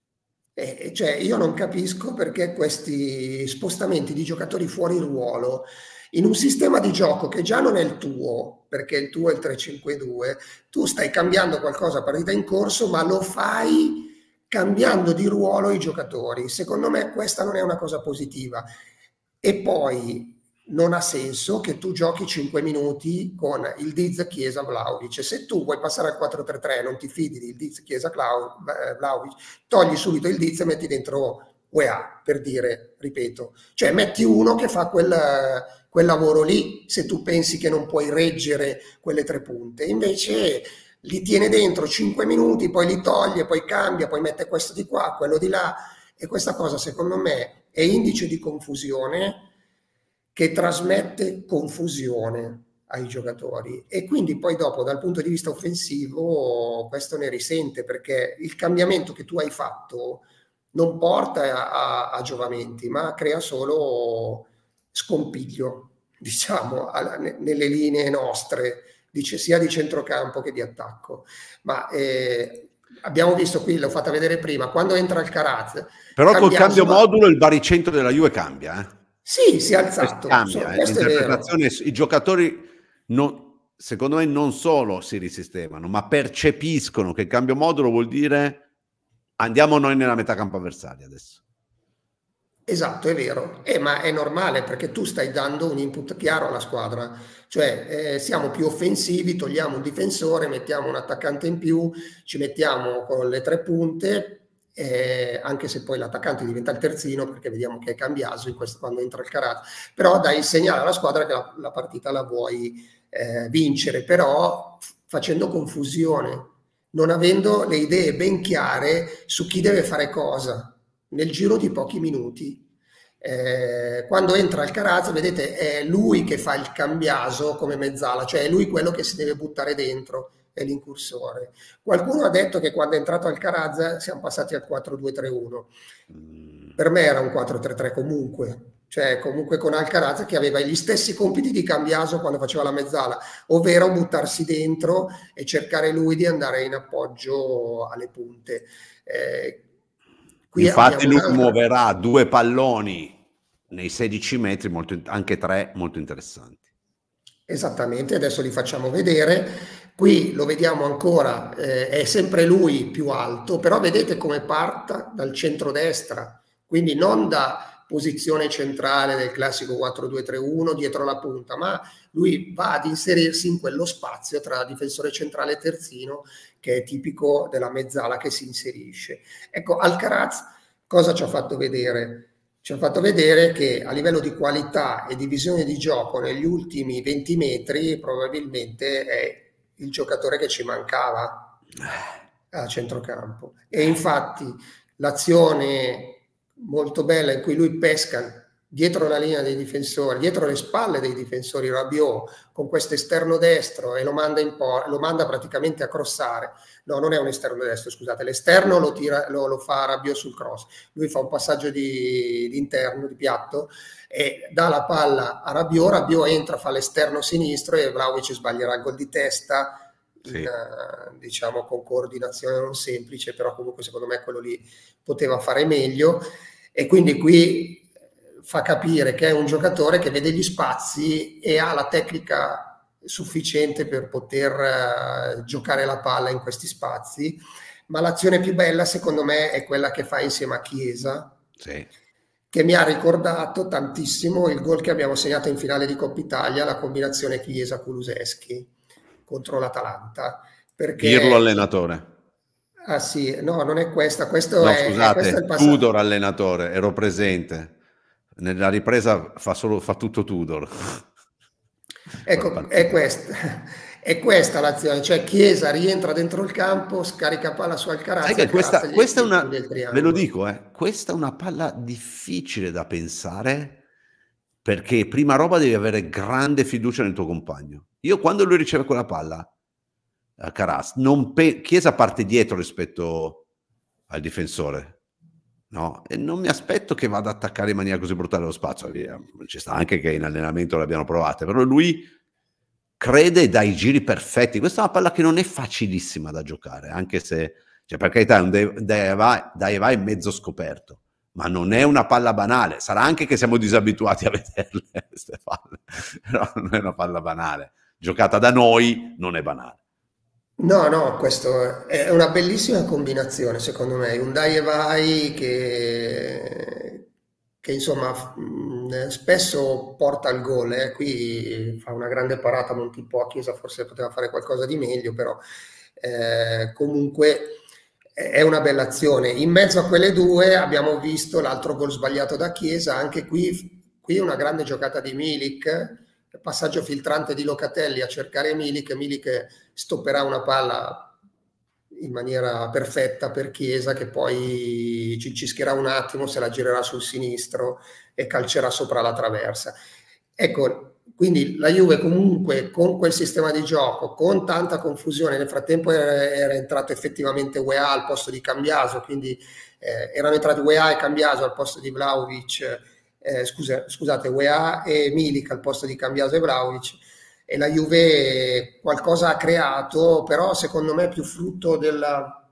E, cioè, io non capisco perché questi spostamenti di giocatori fuori ruolo in un sistema di gioco che già non è il tuo, perché il tuo è il tre cinque due, tu stai cambiando qualcosa a partita in corso, ma lo fai cambiando di ruolo i giocatori. Secondo me questa non è una cosa positiva. E poi non ha senso che tu giochi cinque minuti con il Diz, Chiesa, Vlahovic. Se tu vuoi passare al quattro tre tre e non ti fidi del Diz, Chiesa, Vlahovic, togli subito il Diz e metti dentro U E A, per dire, ripeto. Cioè metti uno che fa quel, quel lavoro lì, se tu pensi che non puoi reggere quelle tre punte. Invece li tiene dentro cinque minuti, poi li toglie, poi cambia, poi mette questo di qua, quello di là, e questa cosa secondo me è indice di confusione, che trasmette confusione ai giocatori, e quindi poi dopo dal punto di vista offensivo questo ne risente, perché il cambiamento che tu hai fatto non porta a, a, a giovamenti, ma crea solo scompiglio, diciamo, alla, nelle linee nostre, dice, sia di centrocampo che di attacco. Ma eh, abbiamo visto qui, l'ho fatta vedere prima, quando entra il Caraz, però col cambio va... modulo il baricentro della Juve cambia, eh? Sì, si è Questo alzato, cambia, so, eh? questo è vero. L'interpretazione, i giocatori non, secondo me non solo si risistemano, ma percepiscono che il cambio modulo vuol dire andiamo noi nella metà campo avversaria adesso. Esatto, è vero, eh, ma è normale perché tu stai dando un input chiaro alla squadra, cioè eh, siamo più offensivi, togliamo un difensore, mettiamo un attaccante in più, ci mettiamo con le tre punte, eh, anche se poi l'attaccante diventa il terzino, perché vediamo che è Cambiaso in questo, quando entra il Carat, però dai il segnale alla squadra che la, la partita la vuoi eh, vincere, però facendo confusione, non avendo le idee ben chiare su chi deve fare cosa nel giro di pochi minuti. Eh, quando entra Alcaraz, vedete, è lui che fa il Cambiaso come mezzala, cioè è lui quello che si deve buttare dentro, è l'incursore. Qualcuno ha detto che quando è entrato Alcaraz siamo passati al quattro due tre uno. Per me era un quattro tre tre comunque, cioè comunque con Alcaraz che aveva gli stessi compiti di Cambiaso quando faceva la mezzala, ovvero buttarsi dentro e cercare lui di andare in appoggio alle punte. Eh, Qui Infatti lui un'altra... muoverà due palloni nei sedici metri, molto, anche tre molto interessanti. Esattamente, adesso li facciamo vedere. Qui lo vediamo ancora, eh, è sempre lui più alto, però vedete come parta dal centrodestra, quindi non da posizione centrale del classico quattro due tre uno dietro la punta, ma lui va ad inserirsi in quello spazio tra difensore centrale e terzino che è tipico della mezzala che si inserisce. Ecco, Alcaraz cosa ci ha fatto vedere? Ci ha fatto vedere che a livello di qualità e di visione di gioco negli ultimi venti metri probabilmente è il giocatore che ci mancava a centrocampo. E infatti l'azione molto bella in cui lui pesca dietro la linea dei difensori, dietro le spalle dei difensori Rabiot, con questo esterno destro e lo manda, in po- lo manda praticamente a crossare. No, non è un esterno destro, scusate, l'esterno lo, tira, lo, lo fa Rabiot sul cross. Lui fa un passaggio di, di interno, di piatto, e dà la palla a Rabiot, Rabiot entra, fa l'esterno sinistro e Vlahovic sbaglierà il gol di testa, sì. in, uh, diciamo con coordinazione non semplice, però comunque secondo me quello lì poteva fare meglio, e quindi qui fa capire che è un giocatore che vede gli spazi e ha la tecnica sufficiente per poter uh, giocare la palla in questi spazi. Ma l'azione più bella secondo me è quella che fa insieme a Chiesa, sì, che mi ha ricordato tantissimo il gol che abbiamo segnato in finale di Coppa Italia, la combinazione Chiesa-Kulusevski contro l'Atalanta. Perché... Pirlo allenatore. Ah sì, no, non è questa, questo no, è, scusate, questo è il passaggio. Tudor allenatore, ero presente. Nella ripresa fa, solo, fa tutto Tudor. Ecco, è questa, è questa l'azione, cioè Chiesa rientra dentro il campo, scarica palla su Alcaraz. Sai che questa, gli, questa gli è una, ve lo dico, eh, questa è una palla difficile da pensare, perché prima roba devi avere grande fiducia nel tuo compagno. Io quando lui riceve quella palla, Alcaraz, non pe- Chiesa parte dietro rispetto al difensore. No, e non mi aspetto che vada ad attaccare in maniera così brutale lo spazio. Ci sta anche che in allenamento l'abbiano provate, però lui crede dai giri perfetti. Questa è una palla che non è facilissima da giocare, anche se, cioè, per carità, è un dai e vai mezzo scoperto, ma non è una palla banale. Sarà anche che siamo disabituati a vederle queste palle, però non è una palla banale. Giocata da noi non è banale. No, no, questo è una bellissima combinazione, secondo me, un dai e vai che, che insomma mh, spesso porta al gol, eh. Qui fa una grande parata Montipò, Chiesa forse poteva fare qualcosa di meglio, però eh, comunque è una bella azione. In mezzo a quelle due abbiamo visto l'altro gol sbagliato da Chiesa, anche qui, qui una grande giocata di Milik, passaggio filtrante di Locatelli a cercare Milik, Milik stopperà una palla in maniera perfetta per Chiesa, che poi ci cischerà un attimo, se la girerà sul sinistro e calcerà sopra la traversa. Ecco, quindi la Juve comunque con quel sistema di gioco, con tanta confusione, nel frattempo era, era entrato effettivamente U E A al posto di Cambiaso, quindi eh, erano entrati U E A e Cambiaso al posto di Vlahovic, eh, scusa, scusate, U E A e Milik al posto di Cambiaso e Vlahovic, e la Juve qualcosa ha creato, però secondo me è più frutto della,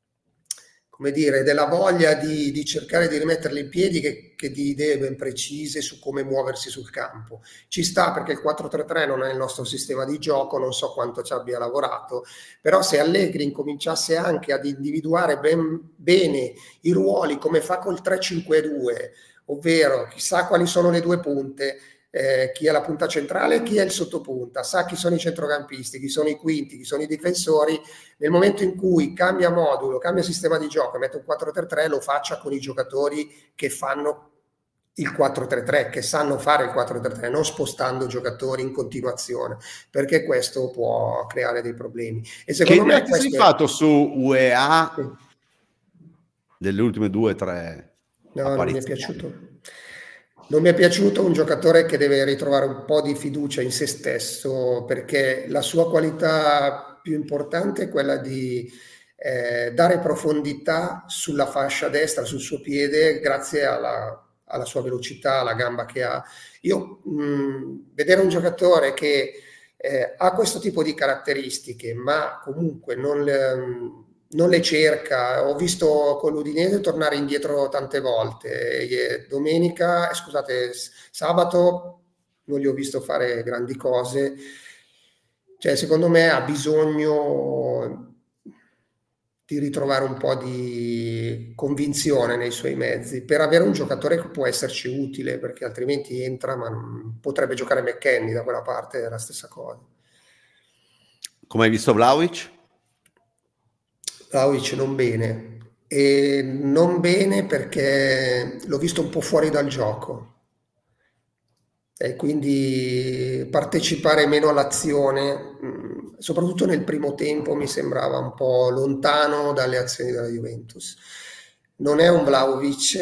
come dire, della voglia di, di cercare di rimetterli in piedi che, che di idee ben precise su come muoversi sul campo. Ci sta, perché il quattro tre tre non è il nostro sistema di gioco, non so quanto ci abbia lavorato, però se Allegri incominciasse anche ad individuare ben, bene i ruoli come fa col tre cinque due, ovvero chissà quali sono le due punte, eh, chi è la punta centrale e chi è il sottopunta, sa chi sono i centrocampisti, chi sono i quinti, chi sono i difensori. Nel momento in cui cambia modulo, cambia sistema di gioco, mette un quattro tre tre, lo faccia con i giocatori che fanno il quattro tre tre, che sanno fare il quattro tre tre, non spostando giocatori in continuazione, perché questo può creare dei problemi. E secondo che me questo sei fatto su U E A sì. delle ultime due o tre no, non mi è piaciuto. Non mi è piaciuto un giocatore che deve ritrovare un po' di fiducia in se stesso, perché la sua qualità più importante è quella di eh, dare profondità sulla fascia destra, sul suo piede, grazie alla, alla sua velocità, alla gamba che ha. Io mh, vedere un giocatore che eh, ha questo tipo di caratteristiche, ma comunque non le, non le cerca. Ho visto con l'Udinese tornare indietro tante volte. E domenica, scusate, sabato non gli ho visto fare grandi cose. Cioè, secondo me ha bisogno di ritrovare un po' di convinzione nei suoi mezzi per avere un giocatore che può esserci utile, perché altrimenti entra, ma non potrebbe giocare McKennie da quella parte, è la stessa cosa. Come hai visto Vlahovic? Vlahovic non bene, e non bene perché l'ho visto un po' fuori dal gioco e quindi partecipare meno all'azione, soprattutto nel primo tempo, mi sembrava un po' lontano dalle azioni della Juventus. Non è un Vlahovic,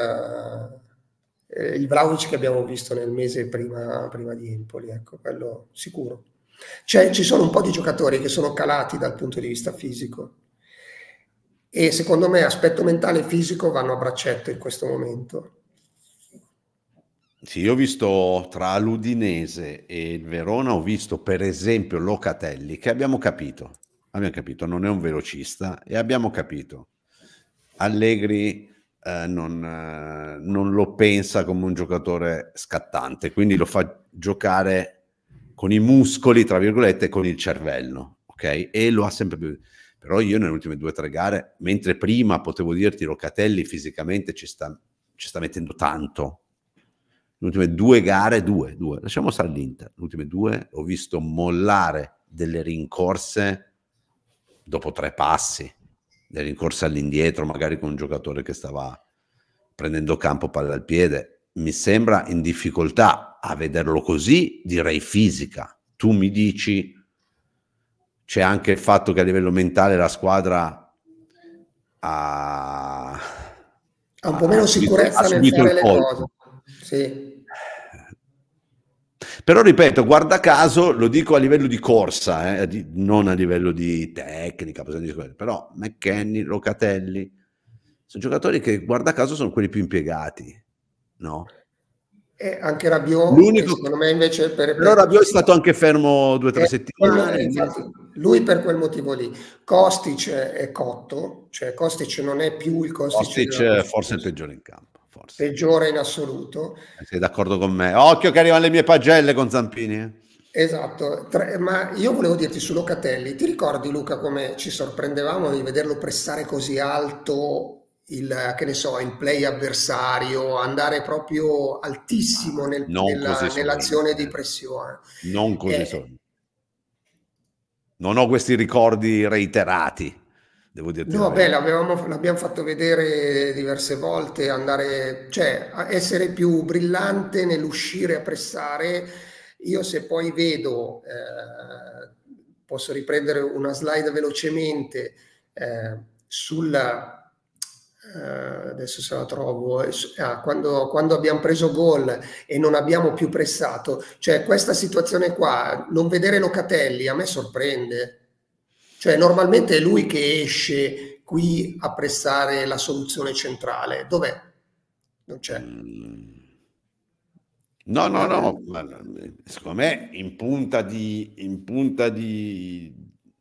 eh, il Vlahovic che abbiamo visto nel mese prima, prima di Empoli, ecco, quello sicuro. Cioè, ci sono un po' di giocatori che sono calati dal punto di vista fisico e secondo me aspetto mentale e fisico vanno a braccetto in questo momento. Sì, io ho visto tra l'Udinese e il Verona, ho visto per esempio Locatelli, che abbiamo capito, abbiamo capito, non è un velocista, e abbiamo capito, Allegri eh, non, eh, non lo pensa come un giocatore scattante, quindi lo fa giocare con i muscoli, tra virgolette, e con il cervello, ok? E lo ha sempre più... Però io nelle ultime due o tre gare, mentre prima potevo dirti Locatelli fisicamente ci sta, ci sta mettendo tanto, le ultime due gare, due, due, lasciamo stare l'Inter, le ultime due ho visto mollare delle rincorse dopo tre passi, delle rincorse all'indietro, magari con un giocatore che stava prendendo campo palla al piede. Mi sembra in difficoltà. A vederlo così direi fisica. Tu mi dici c'è anche il fatto che a livello mentale la squadra ha, ha un po' meno sicurezza nel fare le cose. Sì. Però ripeto, guarda caso, lo dico a livello di corsa, eh, di, non a livello di tecnica, però McKennie, Locatelli, sono giocatori che guarda caso sono quelli più impiegati, no? E anche Rabiot, secondo me invece per, però per Rabiot è stato anche fermo due o tre eh, settimane. Infatti, lui per quel motivo lì. Kostic è cotto, cioè Kostic non è più il Kostic. Kostic forse è il peggiore in campo. Forse. Peggiore in assoluto. Sei d'accordo con me? Occhio che arrivano le mie pagelle con Zampini. Eh? Esatto, Tra, ma io volevo dirti su Locatelli, ti ricordi Luca come ci sorprendevamo di vederlo pressare così alto il, che ne so, il play avversario, andare proprio altissimo nel, nella, nell'azione di pressione. Non così eh, solo. Non ho questi ricordi reiterati. Devo dirti no, beh, l'abbiamo, l'abbiamo fatto vedere diverse volte, andare, cioè essere più brillante nell'uscire a pressare. Io se poi vedo, eh, posso riprendere una slide velocemente eh, sulla, eh, adesso se la trovo, ah, quando, quando abbiamo preso gol e non abbiamo più pressato, cioè questa situazione qua, non vedere Locatelli a me sorprende. Cioè normalmente è lui che esce qui a pressare la soluzione centrale. Dov'è? Non c'è. No, no, no. Secondo me in punta di, in punta di,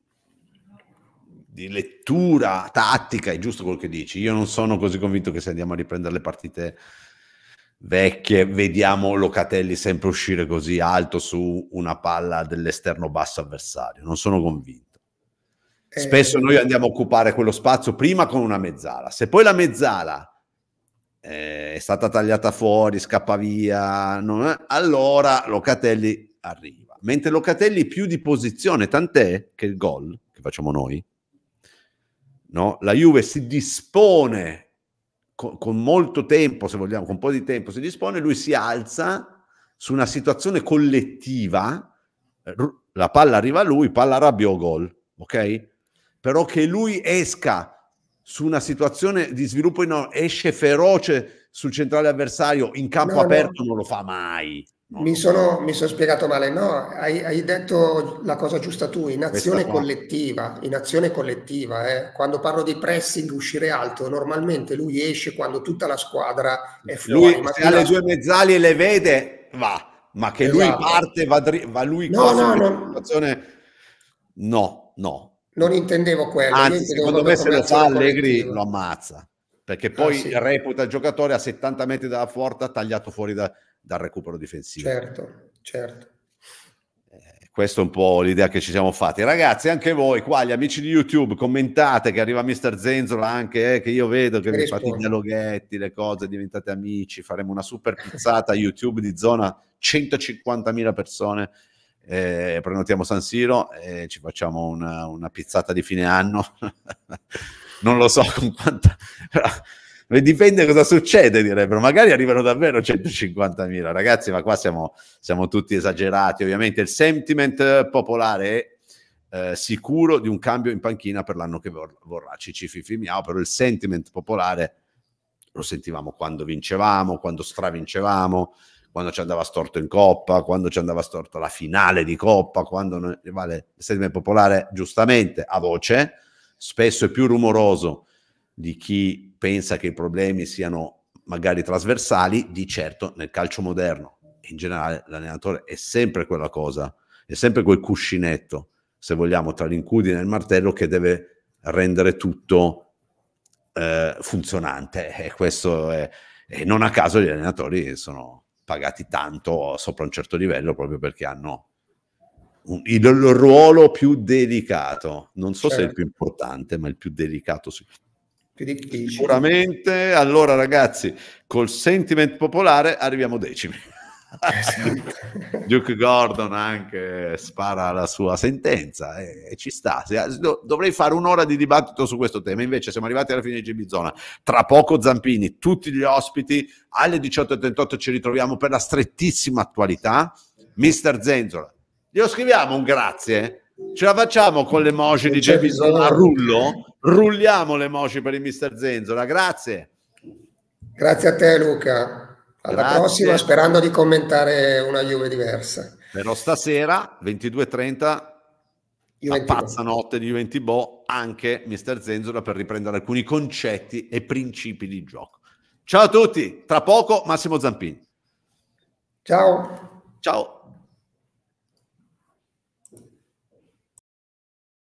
di lettura tattica è giusto quello che dici. Io non sono così convinto che se andiamo a riprendere le partite vecchie vediamo Locatelli sempre uscire così alto su una palla dell'esterno basso avversario. Non sono convinto. Spesso noi andiamo a occupare quello spazio prima con una mezzala, se poi la mezzala eh, è stata tagliata fuori, scappa via, non è, allora Locatelli arriva, mentre Locatelli più di posizione, tant'è che il gol che facciamo noi, no? La Juve si dispone con, con molto tempo, se vogliamo, con un po' di tempo si dispone, lui si alza su una situazione collettiva, la palla arriva a lui, palla Rabiot, gol, ok? Però che lui esca su una situazione di sviluppo enorme, esce feroce sul centrale avversario in campo no, aperto, no. Non lo fa mai. No, mi, sono, mi sono spiegato male, no, hai, hai detto la cosa giusta tu, in azione collettiva, in azione collettiva, eh. Quando parlo di pressing, uscire alto, normalmente lui esce quando tutta la squadra è fuori. Lui, ma se ha le due mezzali e le vede, va, ma che esatto. Lui parte, va, va lui no, no, no. Situazione... no, no. Non intendevo quello. Anzi, secondo me se lo fa Allegri lo ammazza, perché poi ah, sì. reputa il giocatore a settanta metri dalla porta tagliato fuori da, dal recupero difensivo. Certo, Certo. Questa è un po' l'idea che ci siamo fatti. Ragazzi, anche voi qua, gli amici di YouTube, commentate che arriva mister Zenzola anche, eh, che io vedo che vi fate i dialoghetti, le cose, diventate amici, faremo una super pizzata YouTube di zona, centocinquantamila persone, eh, prenotiamo San Siro e ci facciamo una, una pizzata di fine anno. Non lo so con quanta... Dipende cosa succede, direbbero. Magari arrivano davvero centocinquantamila. Ragazzi, ma qua siamo, siamo tutti esagerati. Ovviamente il sentiment popolare è eh, sicuro di un cambio in panchina per l'anno che vor vorrà. Ci ci fifimiamo, però il sentiment popolare lo sentivamo quando vincevamo, quando stravincevamo, quando ci andava storto in Coppa, quando ci andava storto la finale di Coppa, quando noi, vale, il sentiment popolare giustamente a voce, spesso è più rumoroso di chi pensa che i problemi siano magari trasversali. Di certo nel calcio moderno in generale l'allenatore è sempre quella cosa, è sempre quel cuscinetto, se vogliamo, tra l'incudine e il martello, che deve rendere tutto eh, funzionante, e questo è, e non a caso gli allenatori sono pagati tanto sopra un certo livello proprio perché hanno un, il, il ruolo più delicato, non so certo. se è il più importante, ma il più delicato sicuramente. Sicuramente. Allora ragazzi, col sentiment popolare arriviamo decimi. Esatto. Duke Gordon anche spara la sua sentenza e, e ci sta. Dovrei fare un'ora di dibattito su questo tema, invece siamo arrivati alla fine di G B Zona. Tra poco Zampini, tutti gli ospiti, alle diciotto e trentotto ci ritroviamo per la strettissima attualità. mister Zenzola, glielo scriviamo un grazie? Ce la facciamo con le emoji di G B Zona a rullo? Rulliamo le emoji per il mister Zenzola, grazie. Grazie a te Luca, alla grazie. Prossima, sperando di commentare una Juve diversa. Però stasera, ventidue e trenta, la pazza notte di Juventus Bo, anche mister Zenzola per riprendere alcuni concetti e principi di gioco. Ciao a tutti, tra poco Massimo Zampini. Ciao. Ciao.